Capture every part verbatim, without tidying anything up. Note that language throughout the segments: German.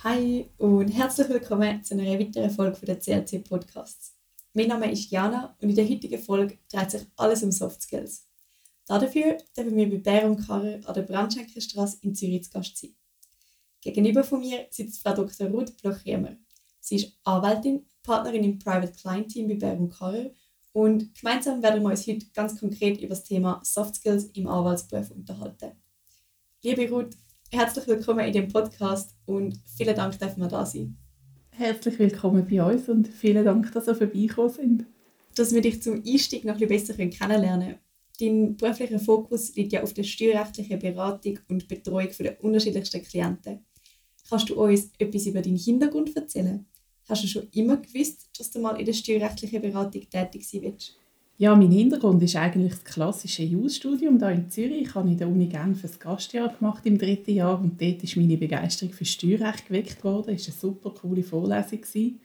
Hi und herzlich willkommen zu einer weiteren Folge der C L C Podcasts. Mein Name ist Jana und in der heutigen Folge dreht sich alles um Soft Skills. Dafür dürfen wir bei Bär und Karrer an der Brandschenkerstraße in Zürich zu Gast sein. Gegenüber von mir sitzt Frau Doktor Ruth Bloch-Riemer. Sie ist Anwältin, Partnerin im Private Client Team bei Bär und Karrer und gemeinsam werden wir uns heute ganz konkret über das Thema Soft Skills im Anwaltsberuf unterhalten. Liebe Ruth, herzlich willkommen in dem Podcast und vielen Dank, dass wir da sein. Herzlich willkommen bei uns und vielen Dank, dass ihr vorbeigekommen sind. Dass wir dich zum Einstieg noch ein bisschen besser kennenlernen können. Dein beruflicher Fokus liegt ja auf der steuerrechtlichen Beratung und Betreuung der unterschiedlichsten Klienten. Kannst du uns etwas über deinen Hintergrund erzählen? Hast du schon immer gewusst, dass du mal in der steuerrechtlichen Beratung tätig sein willst? Ja, mein Hintergrund ist eigentlich das klassische Jus-Studium hier in Zürich. Ich habe in der Uni Genf ein Gastjahr gemacht im dritten Jahr und dort ist meine Begeisterung für Steuerrecht geweckt worden. Es war eine super coole Vorlesung.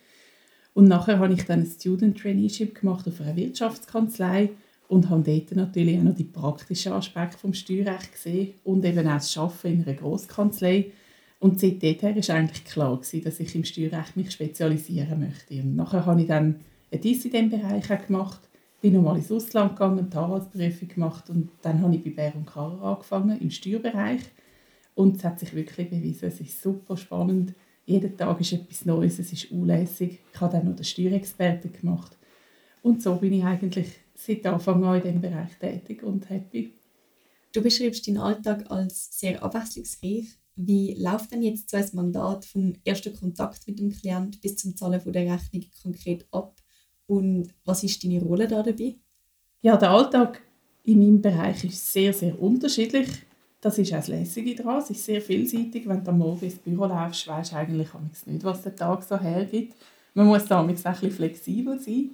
Und nachher habe ich dann ein Student Traineeship gemacht auf einer Wirtschaftskanzlei und habe dort natürlich auch noch die praktischen Aspekte des Steuerrechts gesehen und eben auch das Arbeiten in einer Grosskanzlei. Und seit dorthin war eigentlich klar, dass ich im Steuerrecht mich spezialisieren möchte. Und nachher habe ich dann einen Dissident-Bereich gemacht. Ich bin nochmal ins Ausland gegangen, die Anwaltsprüfung gemacht und dann habe ich bei Bär und Karrer angefangen, im Steuerbereich. Und es hat sich wirklich bewiesen, es ist super spannend. Jeden Tag ist etwas Neues, es ist unlässig. Ich habe dann noch den Steuerexperten gemacht. Und so bin ich eigentlich seit Anfang an in diesem Bereich tätig und happy. Du beschreibst deinen Alltag als sehr abwechslungsreich. Wie läuft denn jetzt so ein Mandat vom ersten Kontakt mit dem Klienten bis zum Zahlen der Rechnung konkret ab? Und was ist deine Rolle da dabei? Ja, der Alltag in meinem Bereich ist sehr, sehr unterschiedlich. Das ist auch das Lässige daran. Es ist sehr vielseitig. Wenn du am Morgen ins Büro läufst, weisst du eigentlich nicht, was der Tag so hergibt. Man muss da ein bisschen flexibel sein.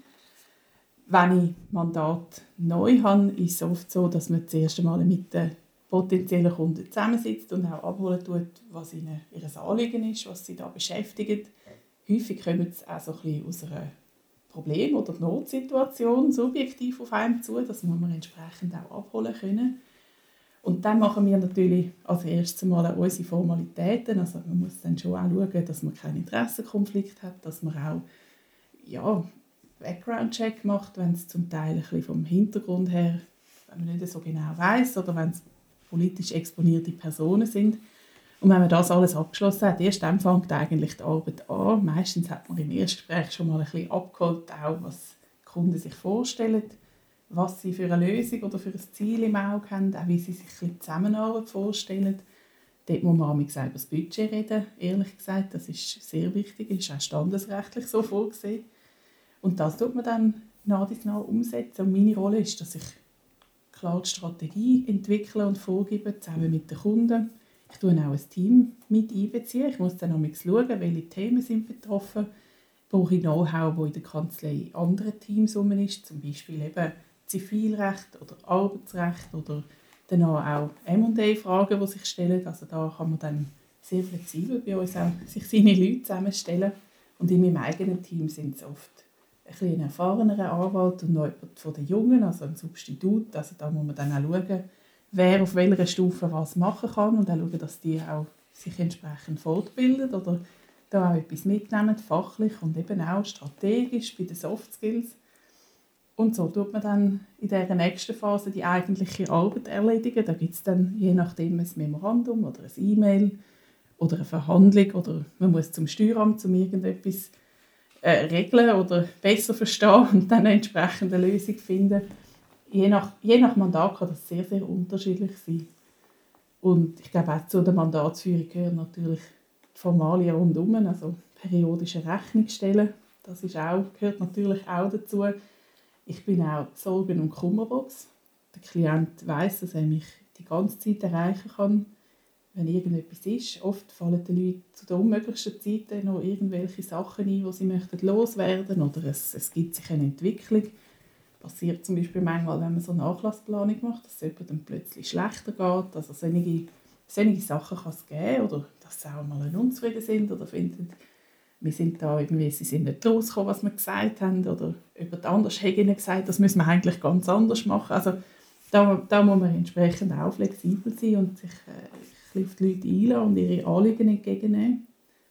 Wenn ich Mandat neu habe, ist es oft so, dass man zuerst einmal mit den potenziellen Kunden zusammensitzt und auch abholen tut, was ihnen ihr Anliegen ist, was sie da beschäftigt. Häufig kommen sie auch so ein bisschen aus einer Problem- oder Notsituation subjektiv auf einen zu. Das muss man entsprechend auch abholen können. Und dann machen wir natürlich als erstes mal unsere Formalitäten. Also man muss dann schon auch schauen, dass man keinen Interessenkonflikt hat, dass man auch ja, Background-Check macht, wenn es zum Teil ein bisschen vom Hintergrund her, wenn man nicht so genau weiß oder wenn es politisch exponierte Personen sind. Und wenn man das alles abgeschlossen hat, erst dann fängt eigentlich die Arbeit an. Meistens hat man im Erstgespräch schon mal ein bisschen abgeholt, auch was die Kunden sich vorstellen, was sie für eine Lösung oder für ein Ziel im Auge haben, auch wie sie sich die Zusammenarbeit vorstellen. Dort muss man auch über das Budget reden, ehrlich gesagt. Das ist sehr wichtig, das ist auch standesrechtlich so vorgesehen. Und das tut man dann nach und nach umsetzen. Und meine Rolle ist, dass ich klar die Strategie entwickle und vorgebe, zusammen mit den Kunden. Ich tue auch ein Team mit einbeziehen. Ich muss dann auch schauen, welche Themen sind betroffen. Brauche ich Know-how, das in der Kanzlei in anderen Teams herum ist, zum Beispiel eben Zivilrecht oder Arbeitsrecht oder dann auch M und A-Fragen, die sich stellen. Also da kann man dann sehr flexibel bei uns auch sich seine Leute zusammenstellen. Und in meinem eigenen Team sind es oft ein bisschen ein erfahrener Anwalt und noch jemand von den Jungen, also ein Substitut. Also da muss man dann auch schauen, wer auf welcher Stufe was machen kann und auch schauen, dass die auch sich entsprechend fortbilden oder da auch etwas mitnehmen, fachlich und eben auch strategisch bei den Soft Skills. Und so tut man dann in dieser nächsten Phase die eigentliche Arbeit erledigen. Da gibt es dann je nachdem ein Memorandum oder ein E-Mail oder eine Verhandlung oder man muss zum Steueramt, um irgendetwas äh, regeln oder besser verstehen und dann eine entsprechende Lösung finden. Je nach, je nach Mandat kann das sehr, sehr unterschiedlich sein. Und ich glaube, auch zu der Mandatsführung gehören natürlich die Formalien rundherum, also periodische Rechnung stellen. Das ist auch, gehört natürlich auch dazu. Ich bin auch Sorgen- und Kummerbox. Der Klient weiss, dass er mich die ganze Zeit erreichen kann, wenn irgendetwas ist. Oft fallen den Leuten zu den unmöglichsten Zeiten noch irgendwelche Sachen ein, die sie möchten loswerden möchten. Oder es, es gibt sich eine Entwicklung. Passiert zum Beispiel manchmal, wenn man so eine Nachlassplanung macht, dass es jemandem plötzlich schlechter geht. Also solche, solche Sachen kann es geben. Oder dass sie auch mal unzufrieden sind oder finden, wir sind da irgendwie, sie sind nicht losgekommen, was wir gesagt haben. Oder jemand anders hat ihnen gesagt, das müssen wir eigentlich ganz anders machen. Also da, da muss man entsprechend auch flexibel sein und sich äh, auf die Leute einlassen und ihre Anliegen entgegennehmen.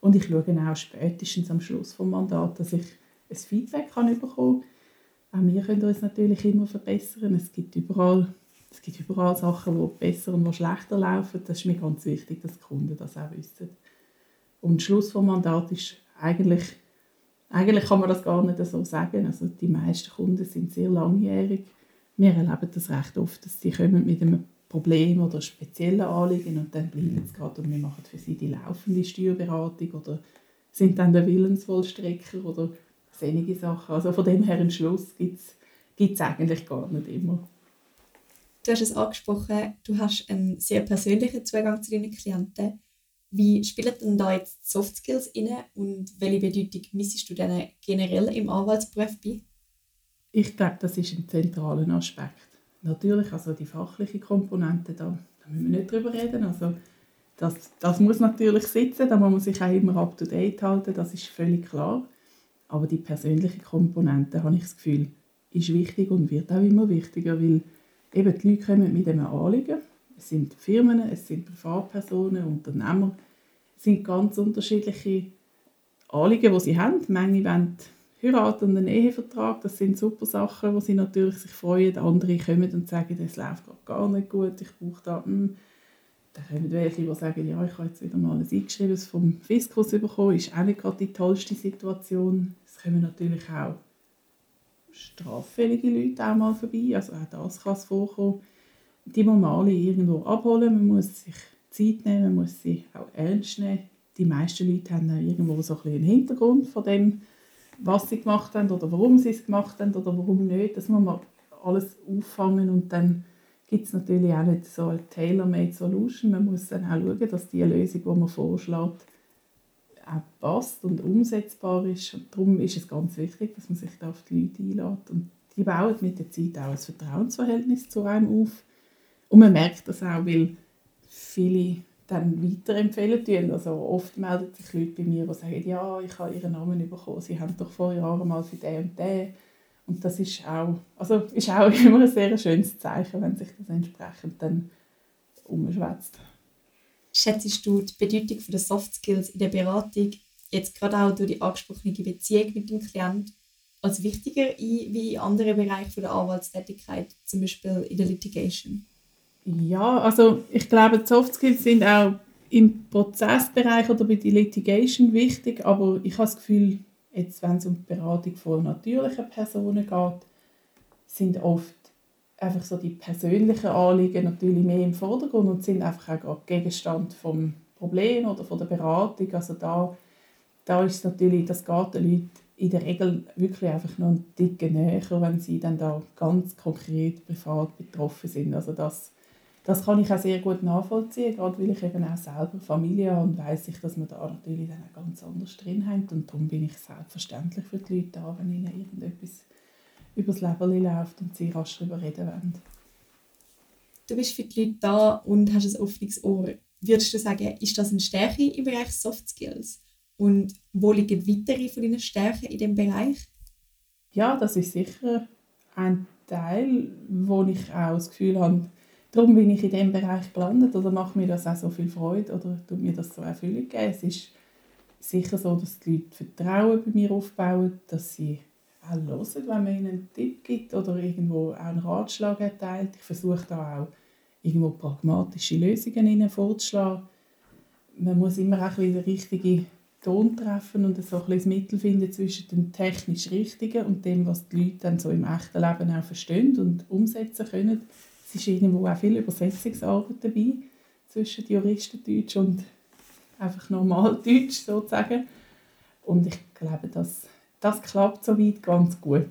Und ich schaue auch spätestens am Schluss des Mandats, dass ich ein Feedback kann bekommen kann. Auch wir können uns natürlich immer verbessern. Es gibt überall, es gibt überall Sachen, die besser und die schlechter laufen. Das ist mir ganz wichtig, dass die Kunden das auch wissen. Und der Schluss des Mandats ist eigentlich, eigentlich kann man das gar nicht so sagen. Also die meisten Kunden sind sehr langjährig. Wir erleben das recht oft, dass sie kommen mit einem Problem oder speziellen Anliegen und dann bleiben sie gerade und wir machen für sie die laufende Steuerberatung oder sind dann der Willensvollstrecker oder solche Sachen. Also von dem her einen Schluss gibt es eigentlich gar nicht immer. Du hast es angesprochen, du hast einen sehr persönlichen Zugang zu deinen Klienten. Wie spielen denn da jetzt Soft Skills rein und welche Bedeutung missest du denen generell im Anwaltsberuf bei? Ich glaube, das ist ein zentraler Aspekt. Natürlich, also die fachliche Komponente, da, da müssen wir nicht drüber reden. Also das, das muss natürlich sitzen, da muss man sich auch immer up to date halten, das ist völlig klar. Aber die persönliche Komponente, habe ich das Gefühl, ist wichtig und wird auch immer wichtiger, weil eben die Leute kommen mit einem Anliegen. Es sind Firmen, es sind Privatpersonen, Unternehmer. Es sind ganz unterschiedliche Anliegen, die sie haben. Manche wollen heiraten und einen Ehevertrag. Das sind super Sachen, wo sie natürlich sich freuen. Andere kommen und sagen, es läuft gerade gar nicht gut, ich brauche da... Hm. Dann kommen welche, die sagen, ja, ich habe jetzt wieder mal ein Eingeschriebenes vom Fiskus bekommen. Ist auch nicht gerade die tollste Situation. Es kommen natürlich auch straffällige Leute auch mal vorbei. Also auch das kann es vorkommen. Die muss man alle irgendwo abholen. Man muss sich Zeit nehmen, man muss sie auch ernst nehmen. Die meisten Leute haben auch irgendwo so ein bisschen einen Hintergrund von dem, was sie gemacht haben oder warum sie es gemacht haben oder warum nicht. Das muss man alles auffangen und dann gibt es natürlich auch nicht so eine tailor-made Solution. Man muss dann auch schauen, dass die Lösung, die man vorschlägt, auch passt und umsetzbar ist. Und darum ist es ganz wichtig, dass man sich da auf die Leute einlädt. Und die bauen mit der Zeit auch ein Vertrauensverhältnis zu einem auf. Und man merkt das auch, weil viele dann weiterempfehlen tun. Also oft melden sich Leute bei mir, die sagen, ja, ich habe ihren Namen bekommen, sie haben doch vor Jahren mal für den und den. Und das ist auch, also ist auch immer ein sehr schönes Zeichen, wenn sich das entsprechend dann umschwätzt. Schätzt du die Bedeutung der Soft Skills in der Beratung, jetzt gerade auch durch die angesprochene Beziehung mit dem Klienten, als wichtiger ein wie in anderen Bereichen der Anwaltstätigkeit, zum Beispiel in der Litigation? Ja, also ich glaube, die Soft Skills sind auch im Prozessbereich oder bei der Litigation wichtig, aber ich habe das Gefühl, jetzt, wenn es um die Beratung von natürlichen Personen geht, sind oft einfach so die persönlichen Anliegen natürlich mehr im Vordergrund und sind einfach auch gerade Gegenstand vom Problem oder von der Beratung. Also da, da ist es natürlich, das geht den Leuten in der Regel wirklich einfach noch einen Ticken näher, wenn sie dann da ganz konkret privat betroffen sind. Also das, das kann ich auch sehr gut nachvollziehen, gerade weil ich eben auch selber Familie habe und weiss ich, dass man da natürlich dann auch ganz anders drin hat. Und darum bin ich selbstverständlich für die Leute da, wenn ihnen irgendetwas übers Leben läuft und sie rasch darüber reden wollen. Du bist für die Leute da und hast ein offenes Ohr. Würdest du sagen, ist das eine Stärke im Bereich Soft Skills? Und wo liegen weitere von deinen Stärken in diesem Bereich? Ja, das ist sicher ein Teil, wo ich auch das Gefühl habe, darum bin ich in diesem Bereich gelandet oder macht mir das auch so viel Freude oder tut mir das so Erfüllung geben. Es ist sicher so, dass die Leute Vertrauen bei mir aufbauen, dass sie auch hören, wenn man ihnen einen Tipp gibt oder irgendwo auch einen Ratschlag erteilt. Ich versuche da auch irgendwo pragmatische Lösungen ihnen vorzuschlagen. Man muss immer auch ein bisschen den richtigen Ton treffen und so ein bisschen das Mittel finden zwischen dem technisch Richtigen und dem, was die Leute dann so im echten Leben auch verstehen und umsetzen können. Es ist irgendwo auch viel Übersetzungsarbeit dabei zwischen Juristendeutsch und einfach Normaldeutsch sozusagen. Und ich glaube, das, das klappt soweit ganz gut.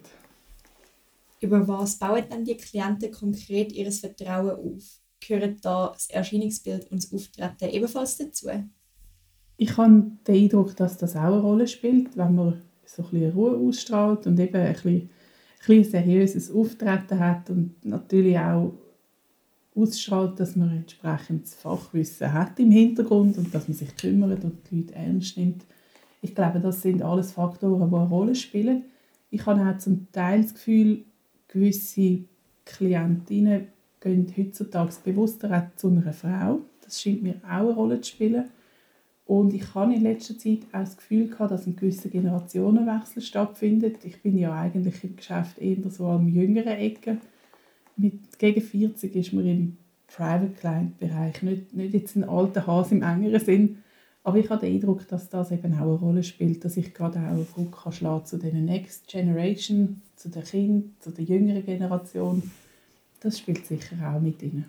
Über was bauen dann die Klienten konkret ihr Vertrauen auf? Gehört da das Erscheinungsbild und das Auftreten ebenfalls dazu? Ich habe den Eindruck, dass das auch eine Rolle spielt, wenn man so ein bisschen Ruhe ausstrahlt und eben ein bisschen, ein bisschen seriöses Auftreten hat und natürlich auch ausstrahlt, dass man entsprechendes Fachwissen hat im Hintergrund und dass man sich kümmert und die Leute ernst nimmt. Ich glaube, das sind alles Faktoren, die eine Rolle spielen. Ich habe auch zum Teil das Gefühl, gewisse Klientinnen gehen heutzutage bewusster auch zu einer Frau. Das scheint mir auch eine Rolle zu spielen. Und ich habe in letzter Zeit auch das Gefühl gehabt, dass ein gewisser Generationenwechsel stattfindet. Ich bin ja eigentlich im Geschäft eher so am jüngeren Ecke. Mit gegen vierzig ist man im Private Client Bereich nicht, nicht jetzt ein alter Hase im engeren Sinn, aber ich habe den Eindruck, dass das eben auch eine Rolle spielt, dass ich gerade auch eine Brücke schlagen zu der Next Generation, zu den Kindern, zu der jüngeren Generation. Das spielt sicher auch mit rein.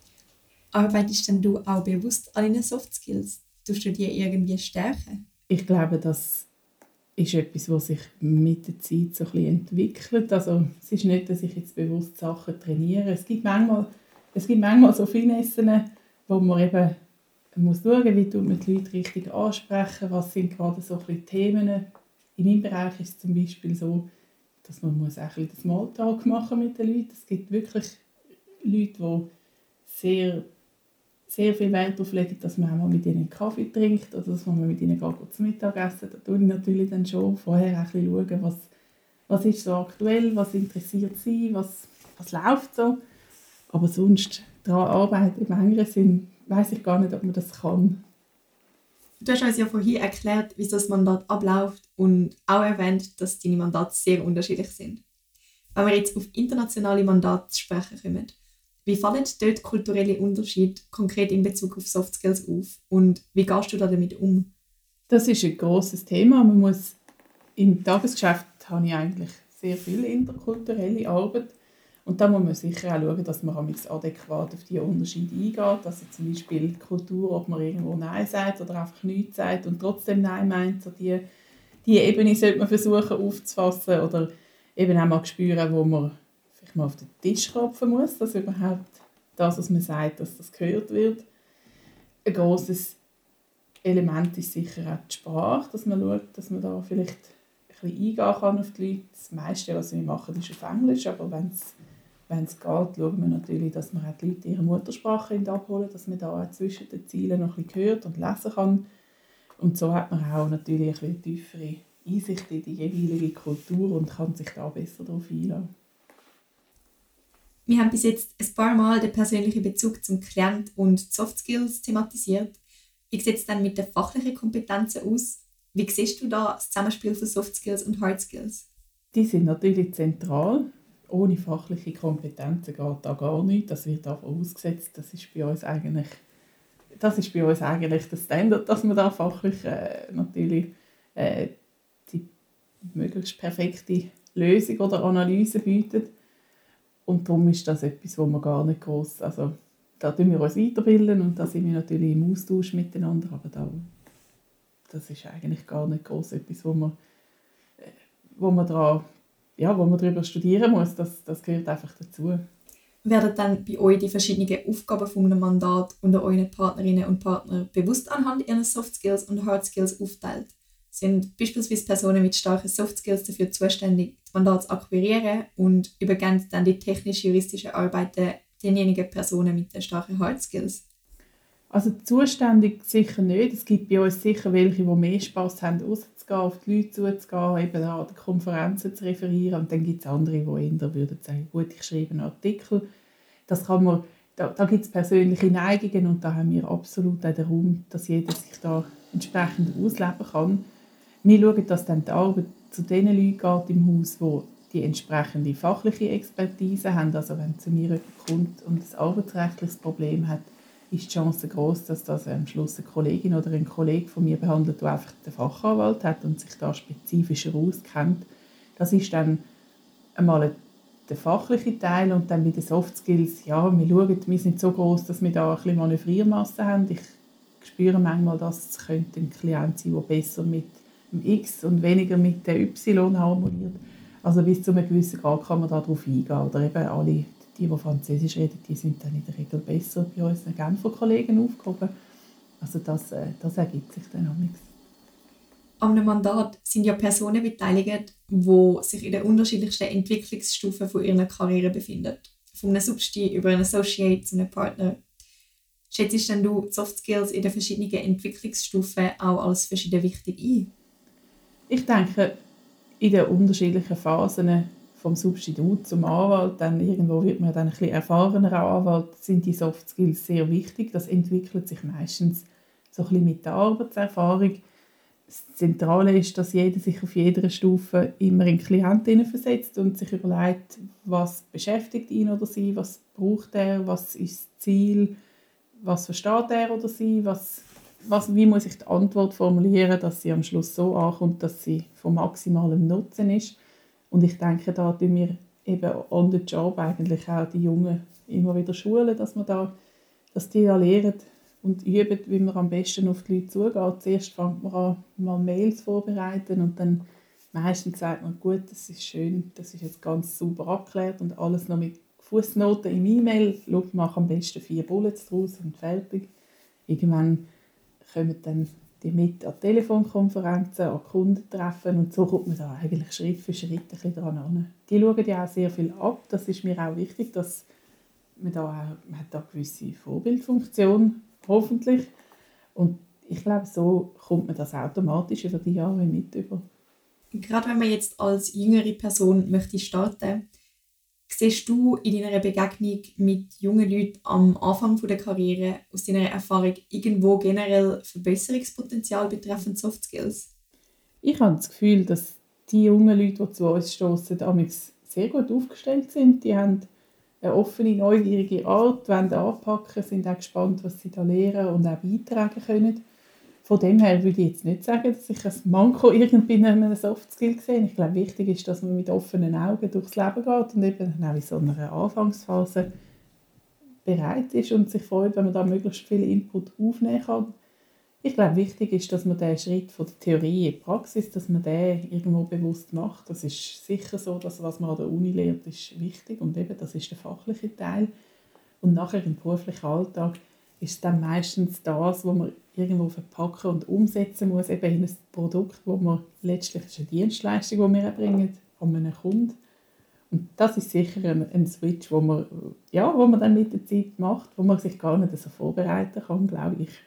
Arbeitest denn du auch bewusst an deinen Soft Skills? Tust du die irgendwie stärken? Ich glaube, das ist etwas, was sich mit der Zeit so ein bisschen entwickelt. Also, es ist nicht, dass ich jetzt bewusst Sachen trainiere. Es gibt manchmal, es gibt manchmal so Finessen, wo man eben muss schauen, wie man die Leute richtig ansprechen, was sind gerade so ein bisschen Themen. In meinem Bereich ist es zum Beispiel so, dass man muss auch ein bisschen den Smalltalk machen mit den Leuten. Es gibt wirklich Leute, die sehr sehr viel Wert darauf legen, dass man auch mal mit ihnen einen Kaffee trinkt oder dass man mit ihnen geht zum Mittagessen. Da schaue ich natürlich dann schon vorher ein bisschen schauen, was, was ist so aktuell, was interessiert sie, was, was läuft so. Aber sonst daran arbeiten im engeren Sinn, weiss ich gar nicht, ob man das kann. Du hast uns ja vorhin erklärt, wie das Mandat abläuft und auch erwähnt, dass deine Mandate sehr unterschiedlich sind. Wenn wir jetzt auf internationale Mandate zu sprechen kommen, wie fallen dort kulturelle Unterschiede konkret in Bezug auf Soft Skills auf und wie gehst du damit um? Das ist ein grosses Thema. Man muss, im Tagesgeschäft habe ich eigentlich sehr viel interkulturelle Arbeit. Und da muss man sicher auch schauen, dass man adäquat auf diese Unterschiede eingeht. Also zum Beispiel die Kultur, ob man irgendwo Nein sagt oder einfach nichts sagt und trotzdem Nein meint. So die, die Ebene sollte man versuchen aufzufassen oder eben auch mal spüren, wo man vielleicht mal auf den Tisch klopfen muss, dass überhaupt das, was man sagt, dass das gehört wird. Ein grosses Element ist sicher auch die Sprache, dass man schaut, dass man da vielleicht ein bisschen eingehen kann auf die Leute. Das meiste, was wir machen, ist auf Englisch, aber wenn es wenn es geht, schauen wir natürlich, dass man auch die Leute ihre Muttersprache abholen, dass man da auch zwischen den Zielen noch ein bisschen hört und lesen kann. Und so hat man auch natürlich ein bisschen tiefere Einsicht in die jeweilige Kultur und kann sich da besser darauf einlassen. Wir haben bis jetzt ein paar Mal den persönlichen Bezug zum Klient und Soft Skills thematisiert. Wie sieht es dann mit den fachlichen Kompetenzen aus? Wie siehst du da das Zusammenspiel von Soft Skills und Hard Skills? Die sind natürlich zentral. Ohne fachliche Kompetenzen geht da gar nichts. Das wird auch vorausgesetzt. Das ist bei uns eigentlich, das ist bei uns eigentlich der Standard, dass man da fachlich äh, natürlich äh, die möglichst perfekte Lösung oder Analyse bietet. Und darum ist das etwas, wo wir gar nicht gross, also da tun wir uns weiterbilden und da sind wir natürlich im Austausch miteinander, aber da, das ist eigentlich gar nicht gross etwas, wo man, äh, wo man daran Ja, wo man darüber studieren muss, das, das gehört einfach dazu. Werden dann bei euch die verschiedenen Aufgaben von einem Mandat unter euren Partnerinnen und Partnern bewusst anhand ihrer Soft Skills und Hard Skills aufgeteilt? Sind beispielsweise Personen mit starken Soft Skills dafür zuständig, das Mandat zu akquirieren und übergeben dann die technisch-juristischen Arbeiten denjenigen Personen mit den starken Hard Skills? Also zuständig sicher nicht. Es gibt bei uns sicher welche, die mehr Spass haben, rauszugehen, auf die Leute zuzugehen, eben an den Konferenzen zu referieren. Und dann gibt es andere, die eher würden sagen, gut, ich schreibe einen Artikel. Das kann man, da da gibt es persönliche Neigungen und da haben wir absolut auch den Raum, dass jeder sich da entsprechend ausleben kann. Wir schauen, dass dann die Arbeit zu den Leuten geht im Haus, die die entsprechende fachliche Expertise haben. Also wenn zu mir jemand kommt und ein arbeitsrechtliches Problem hat, ist die Chance groß, dass das am Schluss eine Kollegin oder ein Kollege von mir behandelt, der einfach den Fachanwalt hat und sich da spezifischer auskennt. Das ist dann einmal der fachliche Teil und dann bei den Soft Skills, ja, wir schauen, wir sind so groß, dass wir da ein bisschen Manövriermasse haben. Ich spüre manchmal, dass es könnte ein Klient sein, der besser mit dem X und weniger mit dem Y harmoniert. Also bis zu einem gewissen Grad kann man darauf eingehen. Oder eben alle, die, die Französisch reden, die sind dann in der Regel besser bei unseren Genfer Kollegen aufgehoben. Also das, äh, das ergibt sich dann auch nichts. An einem Mandat sind ja Personen beteiligt, die sich in den unterschiedlichsten Entwicklungsstufen von ihrer Karriere befinden. Von einem Substi über einen Associate zu einem Partner. Schätzt denn du die Soft Skills in den verschiedenen Entwicklungsstufen auch als verschieden wichtig ein? Ich denke, in den unterschiedlichen Phasen vom Substitut zum Anwalt, dann irgendwo wird man dann ein bisschen erfahrener Anwalt, sind die Soft Skills sehr wichtig. Das entwickelt sich meistens so ein bisschen mit der Arbeitserfahrung. Das Zentrale ist, dass jeder sich auf jeder Stufe immer in Klienten versetzt und sich überlegt, was beschäftigt ihn oder sie, was braucht er, was ist das Ziel, was versteht er oder sie, was, was, wie muss ich die Antwort formulieren, dass sie am Schluss so ankommt, dass sie von maximalem Nutzen ist. Und ich denke, da tun wir eben on the job eigentlich auch die Jungen immer wieder schulen, dass, man da, dass die da lernen und üben, wie man am besten auf die Leute zugeht. Zuerst fängt man an, mal Mails vorbereiten und dann meistens sagt man, gut, das ist schön, das ist jetzt ganz sauber abgeklärt und alles noch mit Fußnoten im E-Mail. Schau, mach am besten vier Bullets draus und fertig. Irgendwann kommen dann die mit an Telefonkonferenzen, an Kundentreffen und so kommt man da eigentlich Schritt für Schritt ein bisschen dran an. Die schauen ja auch sehr viel ab. Das ist mir auch wichtig, dass man da auch, man hat da eine gewisse Vorbildfunktion, hoffentlich. Und ich glaube, so kommt man das automatisch über die Jahre mit über. Gerade wenn man jetzt als jüngere Person möchte starten, siehst du in deiner Begegnung mit jungen Leuten am Anfang der Karriere aus deiner Erfahrung irgendwo generell Verbesserungspotenzial betreffend Soft Skills? Ich habe das Gefühl, dass die jungen Leute, die zu uns stossen, sehr gut aufgestellt sind. Die haben eine offene, neugierige Art, wollen anpacken, sind auch gespannt, was sie da lernen und auch beitragen können. Von dem her würde ich jetzt nicht sagen, dass ich ein Manko irgendwie in einem Softskill sehe. Ich glaube, wichtig ist, dass man mit offenen Augen durchs Leben geht und eben auch in so einer Anfangsphase bereit ist und sich freut, wenn man da möglichst viel Input aufnehmen kann. Ich glaube, wichtig ist, dass man den Schritt von der Theorie in die Praxis, dass man den irgendwo bewusst macht. Das ist sicher so, dass was man an der Uni lernt, ist wichtig und eben das ist der fachliche Teil. Und nachher im beruflichen Alltag ist es dann meistens das, was man irgendwo verpacken und umsetzen muss, eben in ein Produkt, wo man letztlich ist eine Dienstleistung, die wir erbringen an einen Kunden. Und das ist sicher ein, ein Switch, wo man, ja, wo man dann mit der Zeit macht, wo man sich gar nicht so vorbereiten kann, glaube ich.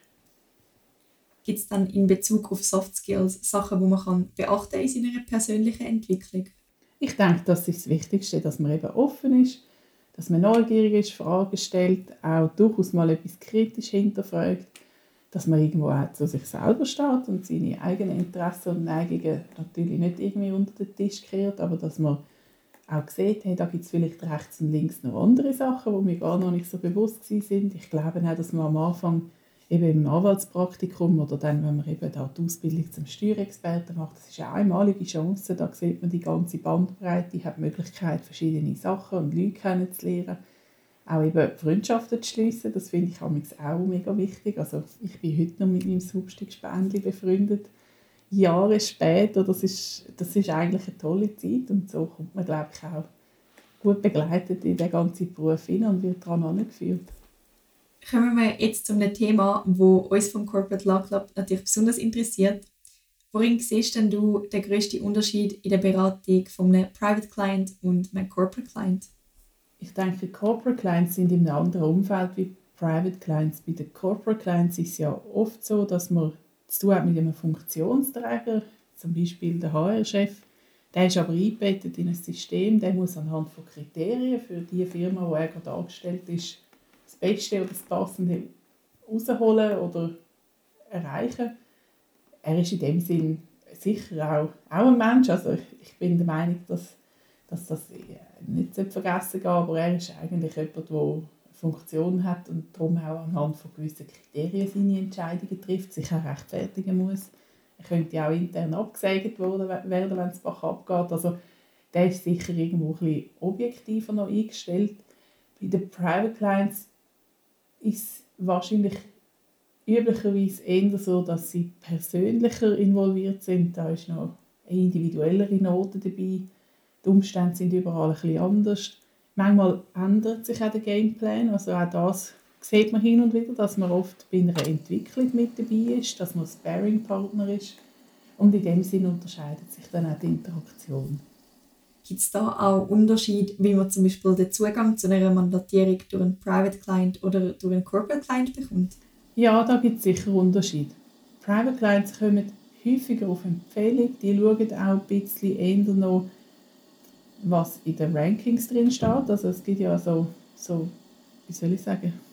Gibt es dann in Bezug auf Soft Skills Sachen, die man kann beachten in seiner persönlichen Entwicklung? Ich denke, das ist das Wichtigste, dass man eben offen ist, dass man neugierig ist, Fragen stellt, auch durchaus mal etwas kritisch hinterfragt, dass man irgendwo auch zu sich selber steht und seine eigenen Interessen und Neigungen natürlich nicht irgendwie unter den Tisch kehrt, aber dass man auch sieht, hey, da gibt es vielleicht rechts und links noch andere Sachen, die mir gar noch nicht so bewusst sind. Ich glaube auch, dass man am Anfang eben im Anwaltspraktikum oder dann, wenn man eben da die Ausbildung zum Steuerexperten macht, das ist eine einmalige Chance, da sieht man die ganze Bandbreite, hat die Möglichkeit, verschiedene Sachen und Leute kennenzulernen, auch eben Freundschaften zu schliessen, das finde ich auch mega wichtig. Also ich bin heute noch mit meinem Substück-Spendli befreundet, Jahre später, das ist, das ist eigentlich eine tolle Zeit und so kommt man, glaube ich, auch gut begleitet in den ganzen Beruf hinein und wird daran angeführt. Kommen wir jetzt zu einem Thema, das uns vom Corporate Law Club natürlich besonders interessiert. Worin siehst denn du den grössten Unterschied in der Beratung von einem Private Client und einem Corporate Client? Ich denke, Corporate Clients sind in einem anderen Umfeld wie Private Clients. Bei den Corporate Clients ist es ja oft so, dass man zu tun hat mit einem Funktionsträger, zum Beispiel der H R-Chef. Der ist aber eingebettet in ein System, der muss anhand von Kriterien für die Firma, wo er gerade angestellt ist, das Beste oder das Passende rausholen oder erreichen. Er ist in dem Sinn sicher auch, auch ein Mensch. Also ich bin der Meinung, dass, dass das nicht vergessen geht, aber er ist eigentlich jemand, der eine Funktion hat und darum auch anhand von gewissen Kriterien seine Entscheidungen trifft, sich auch rechtfertigen muss. Er könnte auch intern abgesägt werden, wenn das Bach abgeht. Also der ist sicher irgendwo ein bisschen objektiver noch eingestellt. Bei den Private Clients ist wahrscheinlich üblicherweise eher so, dass sie persönlicher involviert sind. Da ist noch eine individuellere Note dabei. Die Umstände sind überall ein bisschen anders. Manchmal ändert sich auch der Gameplan. Also auch das sieht man hin und wieder, dass man oft bei einer Entwicklung mit dabei ist, dass man Sparring-Partner ist. Und in dem Sinne unterscheidet sich dann auch die Interaktion. Gibt es da auch Unterschiede, wie man zum Beispiel den Zugang zu einer Mandatierung durch einen Private Client oder durch einen Corporate Client bekommt? Ja, da gibt es sicher Unterschiede. Private Clients kommen häufiger auf Empfehlung. Die schauen auch ein bisschen eher noch, was in den Rankings drin steht. Also es gibt ja so, so wie soll ich sagen,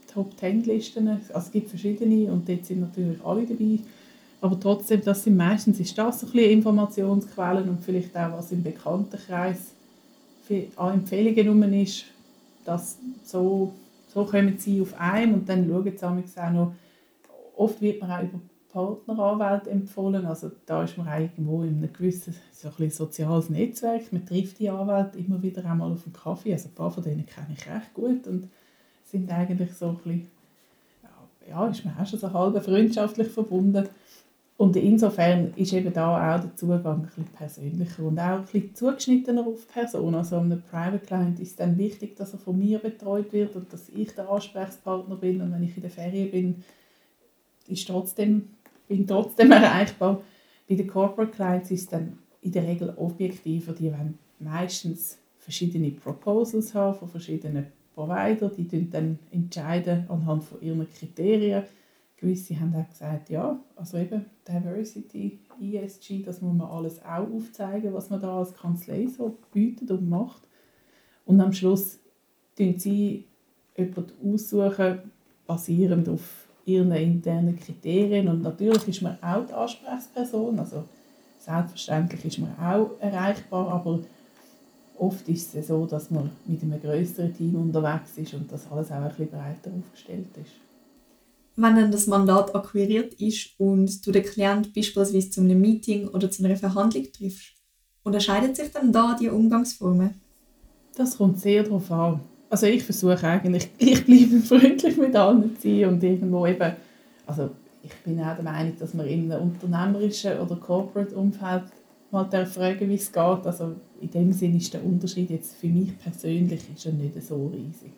Top-Ten-Listen. Also es gibt verschiedene und dort sind natürlich alle dabei. Aber trotzdem, das sind meistens ist das so ein bisschen Informationsquellen und vielleicht auch, was im Bekanntenkreis an Empfehlungen rum ist, dass so, so kommen sie auf einen und dann schauen sie auch noch, oft wird man auch über Partneranwälte empfohlen, also da ist man auch irgendwo in einem gewissen so ein bisschen soziales Netzwerk, man trifft die Anwälte immer wieder einmal auf einen Kaffee, also ein paar von denen kenne ich recht gut und sind eigentlich so ein bisschen, ja, ist man auch schon so halb freundschaftlich verbunden. Und insofern ist eben da auch der Zugang ein bisschen persönlicher und auch ein bisschen zugeschnittener auf die Person. Also einem Private Client ist dann wichtig, dass er von mir betreut wird und dass ich der Ansprechpartner bin. Und wenn ich in der Ferien bin, ist trotzdem, bin trotzdem erreichbar. Bei den Corporate Clients ist es dann in der Regel objektiver. Die wollen meistens verschiedene Proposals haben von verschiedenen Providern. Die dann entscheiden anhand von ihren Kriterien. Gewisse haben auch gesagt, ja, also eben Diversity, E S G, das muss man alles auch aufzeigen, was man da als Kanzlei so bietet und macht. Und am Schluss suchen sie jemanden aussuchen, basierend auf ihren internen Kriterien. Und natürlich ist man auch die Ansprechperson, also selbstverständlich ist man auch erreichbar, aber oft ist es so, dass man mit einem grösseren Team unterwegs ist und das alles auch ein bisschen breiter aufgestellt ist. Wenn dann das Mandat akquiriert ist und du den Klienten beispielsweise zu einem Meeting oder zu einer Verhandlung triffst, unterscheidet sich dann da die Umgangsformen? Das kommt sehr darauf an. Also ich versuche eigentlich gleichbleibend freundlich mit allen zu sein und irgendwo eben, also ich bin auch der Meinung, dass man in einem unternehmerischen oder Corporate-Umfeld mal fragen, wie es geht. Also in dem Sinne ist der Unterschied jetzt für mich persönlich ist er nicht so riesig.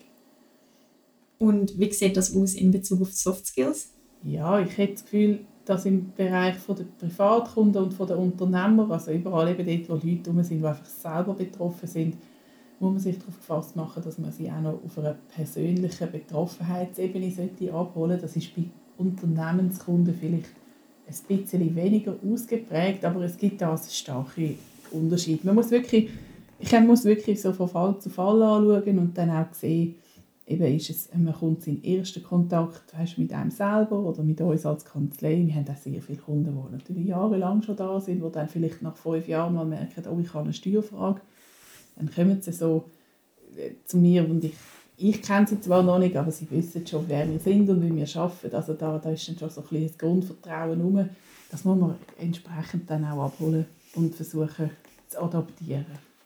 Und wie sieht das aus in Bezug auf die Soft Skills? Ja, ich habe das Gefühl, dass im Bereich der Privatkunden und der Unternehmer, also überall eben dort, wo Leute herum sind, die einfach selber betroffen sind, muss man sich darauf gefasst machen, dass man sie auch noch auf einer persönlichen Betroffenheitsebene sollte abholen sollte. Das ist bei Unternehmenskunden vielleicht ein bisschen weniger ausgeprägt, aber es gibt da einen starken Unterschied. Man muss wirklich, ich muss wirklich so von Fall zu Fall anschauen und dann auch sehen, eben ist es, man kommt in den ersten Kontakt weißt, mit einem selber oder mit uns als Kanzlei. Wir haben auch sehr viele Kunden, die natürlich jahrelang schon da sind, die dann vielleicht nach fünf Jahren mal merken, oh, ich habe eine Steuerfrage. Dann kommen sie so zu mir und ich, ich kenne sie zwar noch nicht, aber sie wissen schon, wer wir sind und wie wir arbeiten. Also da, da ist dann schon so ein bisschen das Grundvertrauen rum. Das muss man entsprechend dann auch abholen und versuchen zu adaptieren.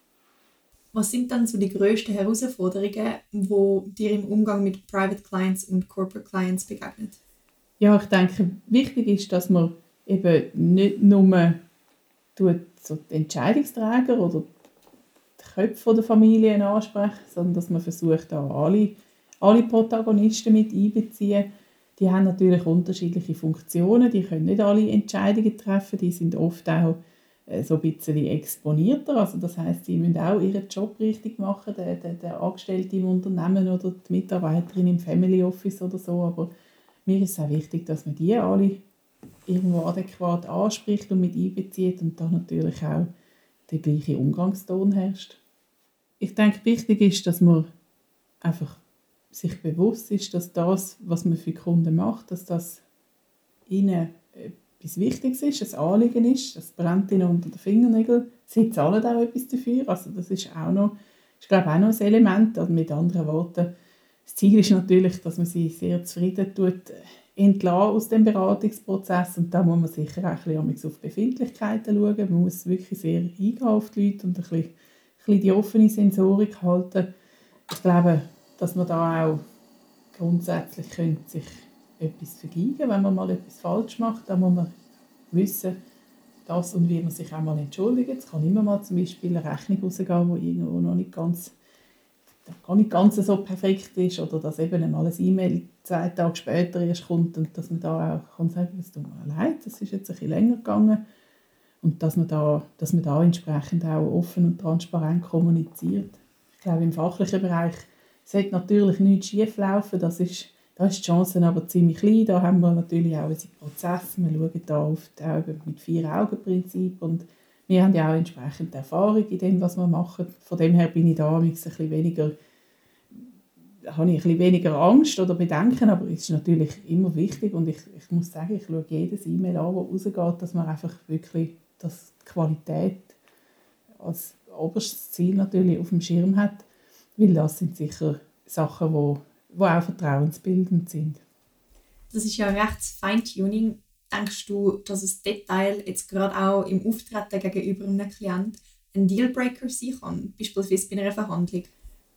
Was sind dann so die grössten Herausforderungen, die dir im Umgang mit Private Clients und Corporate Clients begegnet? Ja, ich denke, wichtig ist, dass man eben nicht nur tut, so die Entscheidungsträger oder die Köpfe der Familien ansprechen, sondern dass man versucht, da alle, alle Protagonisten mit einbeziehen. Die haben natürlich unterschiedliche Funktionen, die können nicht alle Entscheidungen treffen, die sind oft auch so ein bisschen exponierter. Also das heisst, sie müssen auch ihren Job richtig machen, der, der, der Angestellte im Unternehmen oder die Mitarbeiterin im Family Office oder so. Aber mir ist es auch wichtig, dass man die alle irgendwo adäquat anspricht und mit einbezieht und da natürlich auch der gleiche Umgangston herrscht. Ich denke, wichtig ist, dass man einfach sich bewusst ist, dass das, was man für Kunden macht, dass das ihnen etwas Wichtiges ist, ein Anliegen ist, das brennt ihnen unter den Fingernägeln. Sie zahlen auch etwas dafür, also das ist auch noch, ist, glaube ich, auch noch ein Element. Also mit anderen Worten, das Ziel ist natürlich, dass man sie sehr zufrieden tut, entlassen aus dem Beratungsprozess und da muss man sicher auch ein bisschen auf Befindlichkeiten schauen. Man muss wirklich sehr eingehen auf die Leute und ein bisschen, ein bisschen die offene Sensorik halten. Ich glaube, dass man da auch grundsätzlich könnte sich etwas vergeigen, wenn man mal etwas falsch macht. Da muss man wissen, das und wie man sich auch mal entschuldigt. Es kann immer mal zum Beispiel eine Rechnung rausgehen, die irgendwo noch nicht ganz, gar nicht ganz so perfekt ist oder dass eben mal ein E-Mail zwei Tage später erst kommt und dass man da auch kann sagen, es tut mir leid, das ist jetzt ein bisschen länger gegangen und dass man da, dass man da entsprechend auch offen und transparent kommuniziert. Ich glaube, im fachlichen Bereich sollte natürlich nichts schief laufen, das ist Da ist die Chance aber ziemlich klein. Da haben wir natürlich auch unsere Prozesse. Wir schauen da oft auch mit Vier-Augen-Prinzip und wir haben ja auch entsprechend Erfahrung in dem, was wir machen. Von dem her bin ich da ein bisschen weniger habe ich ein bisschen weniger Angst oder Bedenken, aber es ist natürlich immer wichtig und ich, ich muss sagen, ich schaue jedes E-Mail an, das rausgeht, dass man einfach wirklich dass die Qualität als oberstes Ziel natürlich auf dem Schirm hat, weil das sind sicher Sachen, die, die auch vertrauensbildend sind. Das ist ja ein rechtes Feintuning. Denkst du, dass ein Detail jetzt gerade auch im Auftreten gegenüber einem Klienten ein Dealbreaker sein kann, beispielsweise bei einer Verhandlung?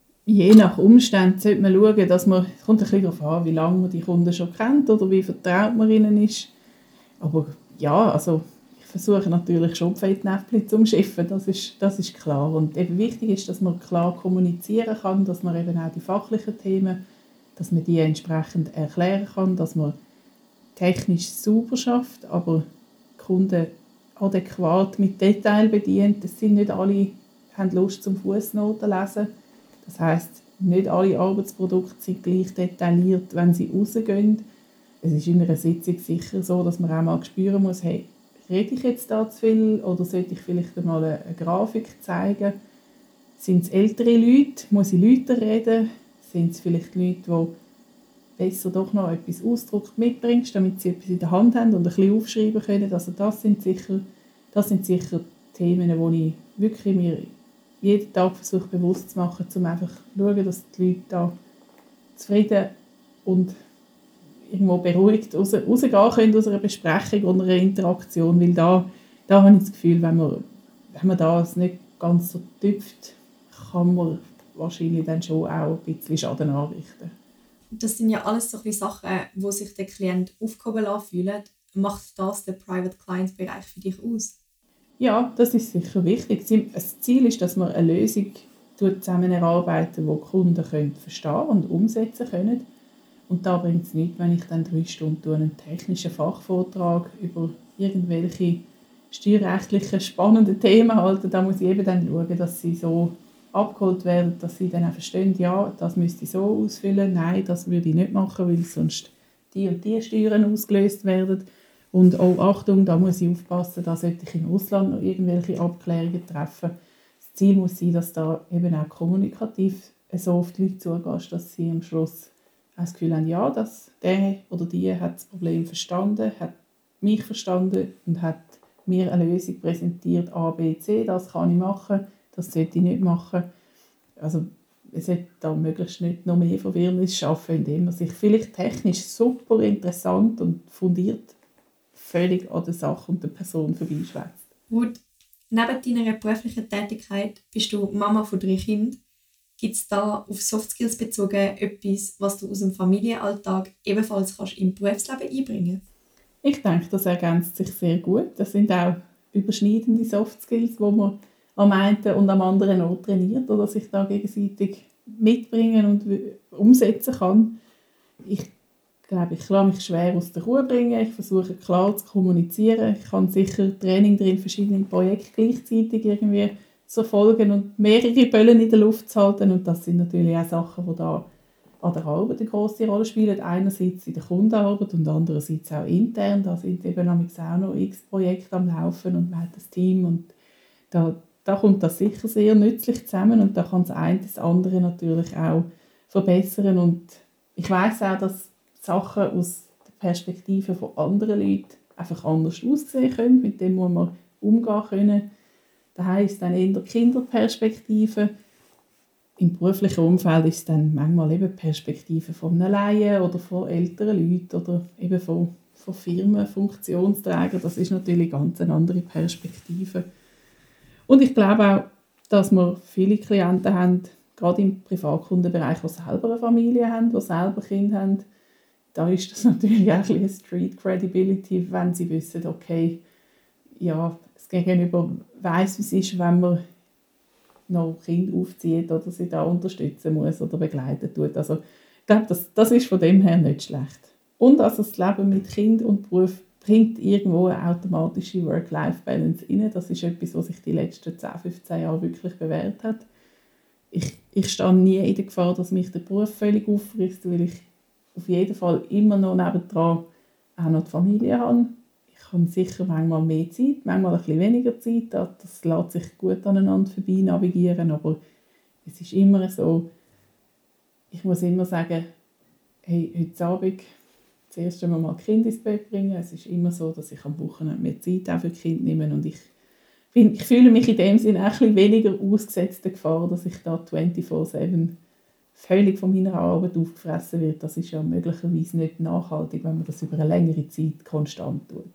Je nach Umständen sollte man schauen, dass man, es kommt ein bisschen darauf an, wie lange man die Kunden schon kennt oder wie vertraut man ihnen ist. Aber ja, also ich versuche natürlich schon die Fettnäpfchen zu umschiffen, das ist, das ist klar. Und eben wichtig ist, dass man klar kommunizieren kann, dass man eben auch die fachlichen Themen, dass man die entsprechend erklären kann, dass man technisch sauber schafft, aber die Kunden adäquat mit Detail bedient. Es sind nicht alle haben Lust zum Fußnoten lesen. Das heisst, nicht alle Arbeitsprodukte sind gleich detailliert, wenn sie rausgehen. Es ist in einer Sitzung sicher so, dass man auch mal spüren muss, hey, rede ich jetzt da zu viel oder sollte ich vielleicht einmal eine, eine Grafik zeigen? Sind es ältere Leute? Muss ich Leute reden? Sind es vielleicht Leute, die besser doch noch etwas ausdruckt mitbringst, damit sie etwas in der Hand haben und ein bisschen aufschreiben können? Also das sind sicher, das sind sicher Themen, die ich wirklich mir jeden Tag versuche bewusst zu machen, um einfach zu schauen, dass die Leute da zufrieden und irgendwo beruhigt raus, rausgehen können aus einer Besprechung oder einer Interaktion, weil da, da habe ich das Gefühl, wenn man, wenn man das nicht ganz so tüpft, kann man wahrscheinlich dann schon auch ein bisschen Schaden anrichten. Das sind ja alles so Sachen, wo sich der Klient aufgehoben fühlt. Macht das den Private Client Bereich für dich aus? Ja, das ist sicher wichtig. Das Ziel ist, dass man eine Lösung zusammen erarbeiten, die die Kunden können verstehen und umsetzen können. Und da bringt es nichts, wenn ich dann drei Stunden einen technischen Fachvortrag über irgendwelche steuerrechtlichen spannenden Themen halte. Da muss ich eben dann schauen, dass sie so abgeholt werden, dass sie dann auch verstehen, ja, das müsste ich so ausfüllen, nein, das würde ich nicht machen, weil sonst die und die Steuern ausgelöst werden. Und auch, Achtung, da muss ich aufpassen, da sollte ich im Ausland noch irgendwelche Abklärungen treffen. Das Ziel muss sein, dass da eben auch kommunikativ so auf die Leute zugehst, dass sie am Schluss das Gefühl haben, ja, dass der oder die hat das Problem verstanden, hat mich verstanden und hat mir eine Lösung präsentiert, A, B, C, das kann ich machen, das sollte ich nicht machen. Also es sollte da möglichst nicht noch mehr Verwirrnis schaffen, indem man sich vielleicht technisch super interessant und fundiert völlig an der Sache und der Person vorbeischwätzt. Ruth, neben deiner beruflichen Tätigkeit bist du Mama von drei Kindern. Gibt es da auf Soft Skills bezogen etwas, was du aus dem Familienalltag ebenfalls kannst im Berufsleben einbringen kannst? Ich denke, das ergänzt sich sehr gut. Das sind auch überschneidende Soft Skills, die man am einen und am anderen Ort trainiert oder sich da gegenseitig mitbringen und umsetzen kann. Ich glaube, ich kann mich schwer aus der Ruhe bringen. Ich versuche klar zu kommunizieren. Ich kann sicher Training drin, verschiedene Projekte gleichzeitig irgendwie zu verfolgen und mehrere Böllen in der Luft zu halten. Und das sind natürlich auch Sachen, die da an der Arbeit eine grosse Rolle spielen. Einerseits in der Kundenarbeit und andererseits auch intern. Da sind eben auch noch x Projekte am Laufen und man hat das Team. Und da, da kommt das sicher sehr nützlich zusammen und da kann das eine das andere natürlich auch verbessern. Und ich weiss auch, dass Sachen aus der Perspektive von anderen Leuten einfach anders aussehen können, mit dem muss man umgehen können. Das heisst dann eher Kinderperspektive. Im beruflichen Umfeld ist es dann manchmal eben Perspektive von einem Laien oder von älteren Leuten oder eben von, von Firmen, Funktionsträgern. Das ist natürlich ganz eine andere Perspektive. Und ich glaube auch, dass wir viele Klienten haben, gerade im Privatkundenbereich, die selber eine Familie haben, die selber Kinder haben. Da ist das natürlich auch ein bisschen Street Credibility, wenn sie wissen, okay, ja, das Gegenüber weiss, wie es ist, wenn man noch Kinder aufzieht oder sie da unterstützen muss oder begleiten tut. Also ich glaube, das, das ist von dem her nicht schlecht. Und also das Leben mit Kind und Beruf bringt irgendwo eine automatische Work-Life-Balance rein. Das ist etwas, was sich die letzten zehn, fünfzehn Jahre wirklich bewährt hat. Ich, ich stehe nie in der Gefahr, dass mich der Beruf völlig auffrisst, weil ich auf jeden Fall immer noch nebendran auch noch die Familie habe. Ich habe sicher manchmal mehr Zeit, manchmal ein bisschen weniger Zeit. Das lässt sich gut aneinander vorbei navigieren, aber es ist immer so, ich muss immer sagen, hey, heute Abend zuerst einmal mal Kind ins Bett bringen. Es ist immer so, dass ich am Wochenende mehr Zeit auch für die Kinder nehme und ich, find, ich fühle mich in dem Sinne auch ein bisschen weniger ausgesetzt der Gefahr, dass ich da vierundzwanzig sieben völlig von meiner Arbeit aufgefressen wird. Das ist ja möglicherweise nicht nachhaltig, wenn man das über eine längere Zeit konstant tut.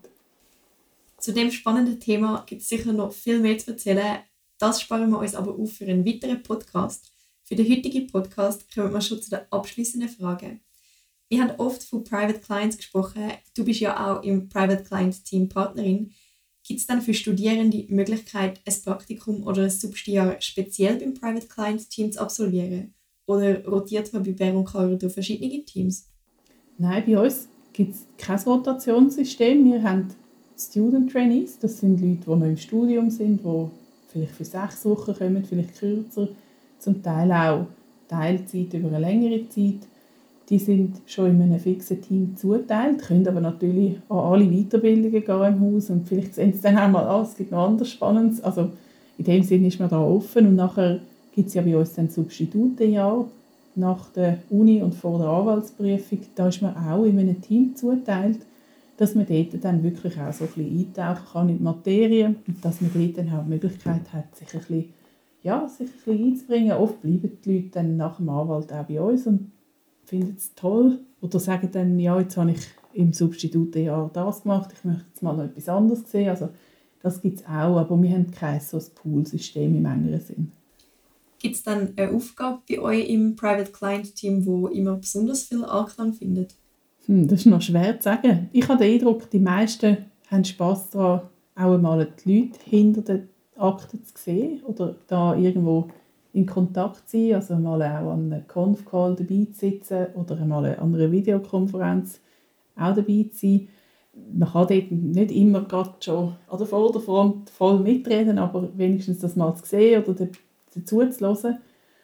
Zu dem spannenden Thema gibt es sicher noch viel mehr zu erzählen. Das sparen wir uns aber auf für einen weiteren Podcast. Für den heutigen Podcast kommen wir schon zu der abschließenden Frage. Wir haben oft von Private Clients gesprochen. Du bist ja auch im Private Client Team Partnerin. Gibt es dann für Studierende die Möglichkeit, ein Praktikum oder ein Substijahr speziell beim Private Client Team zu absolvieren? Oder rotiert man bei Bär und Caro durch verschiedene Teams? Nein, bei uns gibt es kein Rotationssystem. Wir haben Student Trainees, das sind Leute, die noch im Studium sind, die vielleicht für sechs Wochen kommen, vielleicht kürzer, zum Teil auch Teilzeit über eine längere Zeit. Die sind schon in einem fixen Team zugeteilt, können aber natürlich an alle Weiterbildungen gehen im Haus und vielleicht sehen sie dann auch mal an, es gibt noch anderes Spannendes. Also in dem Sinne ist man da offen und nachher gibt es ja bei uns dann Substitutenjahr nach der Uni und vor der Anwaltsprüfung. Da ist man auch in einem Team zugeteilt, dass man dort dann wirklich auch so ein bisschen eintauchen kann in die Materie und dass man dort dann auch die Möglichkeit hat, sich ein bisschen, ja, sich ein bisschen einzubringen. Oft bleiben die Leute dann nach dem Anwalt auch bei uns und finden es toll oder sagen dann, ja, jetzt habe ich im Substitutenjahr das gemacht, ich möchte jetzt mal noch etwas anderes sehen. Also das gibt es auch, aber wir haben kein so ein Pool-System im engeren Sinn. Gibt es dann eine Aufgabe bei euch im Private Client Team, die immer besonders viel Anklang findet? Hm, das ist noch schwer zu sagen. Ich habe den Eindruck, die meisten haben Spass daran, auch einmal die Leute hinter den Akten zu sehen oder da irgendwo in Kontakt zu sein, also mal auch an einem Conf-Call dabei zu sitzen oder einmal an einer Videokonferenz auch dabei zu sein. Man kann dort nicht immer gerade schon an der Vorderfront voll mitreden, aber wenigstens das mal zu sehen oder dazu zu hören.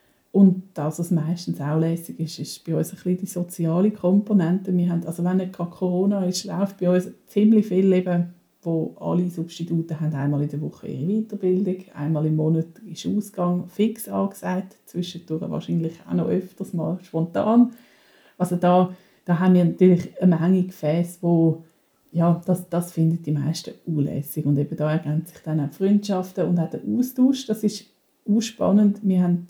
Und das, was meistens auch lässig ist, ist bei uns ein bisschen die soziale Komponente. Wir haben, also wenn nicht gerade Corona ist, läuft bei uns ziemlich viel, eben, wo alle Substituten haben einmal in der Woche ihre Weiterbildung, einmal im Monat ist Ausgang fix angesagt, zwischendurch wahrscheinlich auch noch öfters mal spontan. Also da, da haben wir natürlich eine Menge Gefäße, wo ja, das, das finden die meisten unlässig. Und eben da ergänzen sich dann auch die Freundschaften und auch der Austausch. Das ist auch spannend. Wir haben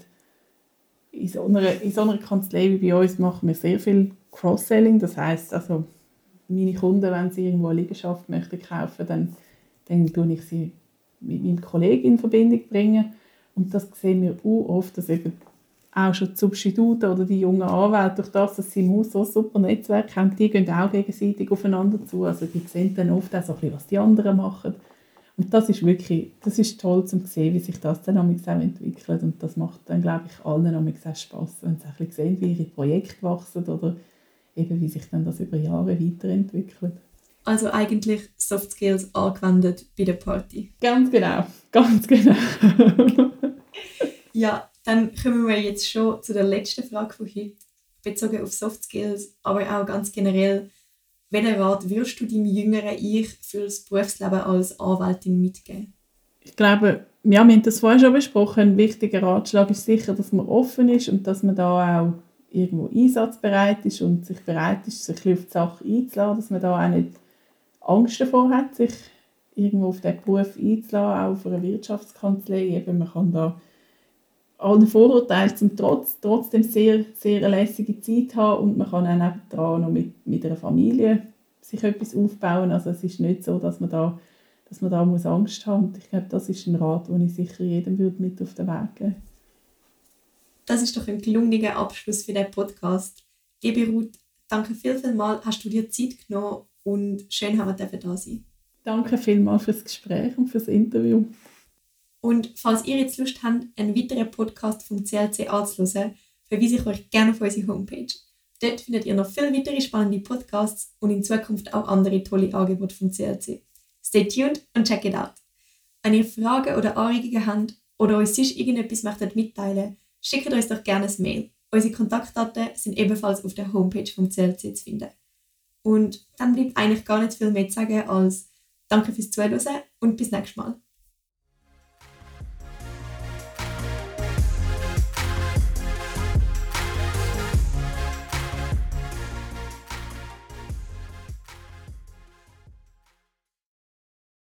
in so einer, in so einer Kanzlei wie bei uns machen wir sehr viel Cross-Selling. Das heisst, also meine Kunden, wenn sie irgendwo eine Liegenschaft möchten kaufen, dann, dann bringe ich sie mit meinem Kollegen in Verbindung bringen. Und das sehen wir auch oft, dass eben auch schon die Substituten oder die jungen Anwälte, durch das, dass sie im Haus so ein super Netzwerk haben, die gehen auch gegenseitig aufeinander zu. Also die sehen dann oft auch so ein bisschen, was die anderen machen. Und das ist wirklich, das ist toll zu sehen, wie sich das dann auch entwickelt. Und das macht dann, glaube ich, allen auch Spass, wenn sie auch sehen, wie ihre Projekte wachsen oder eben, wie sich dann das über Jahre weiterentwickelt. Also eigentlich Soft Skills angewendet bei der Party. Ganz genau, ganz genau. Ja, dann kommen wir jetzt schon zu der letzten Frage von heute, bezogen auf Soft Skills, aber auch ganz generell. Welchen Rat würdest du deinem jüngeren Ich für das Berufsleben als Anwältin mitgeben? Ich glaube, ja, wir haben das vorher schon besprochen, ein wichtiger Ratschlag ist sicher, dass man offen ist und dass man da auch irgendwo einsatzbereit ist und sich bereit ist, sich auf die Sache einzulassen, dass man da auch nicht Angst davor hat, sich irgendwo auf diesen Beruf einzulassen, auch auf eine Wirtschaftskanzlei. Eben, man kann da allen Vorurteilen zum Trotz trotzdem sehr, sehr eine lässige Zeit haben und man kann auch nebenan noch mit, mit einer Familie sich etwas aufbauen. Also es ist nicht so, dass man da, dass man da muss Angst haben muss. Und ich glaube, das ist ein Rat, den ich sicher jedem würde mit auf den Weg geben würde. Das ist doch ein gelungener Abschluss für diesen Podcast. Liebe Ruth, danke viel, viel mal, hast du dir Zeit genommen und schön, haben wir da sein. Danke vielmals fürs Gespräch und fürs Interview. Und falls ihr jetzt Lust habt, einen weiteren Podcast vom C L C anzuhören, verweise ich euch gerne auf unsere Homepage. Dort findet ihr noch viele weitere spannende Podcasts und in Zukunft auch andere tolle Angebote vom C L C. Stay tuned und check it out. Wenn ihr Fragen oder Anregungen habt oder euch sonst irgendetwas möchtet mitteilen, schickt uns doch gerne ein Mail. Unsere Kontaktdaten sind ebenfalls auf der Homepage vom C L C zu finden. Und dann bleibt eigentlich gar nicht viel mehr zu sagen als danke fürs Zuhören und bis nächstes Mal.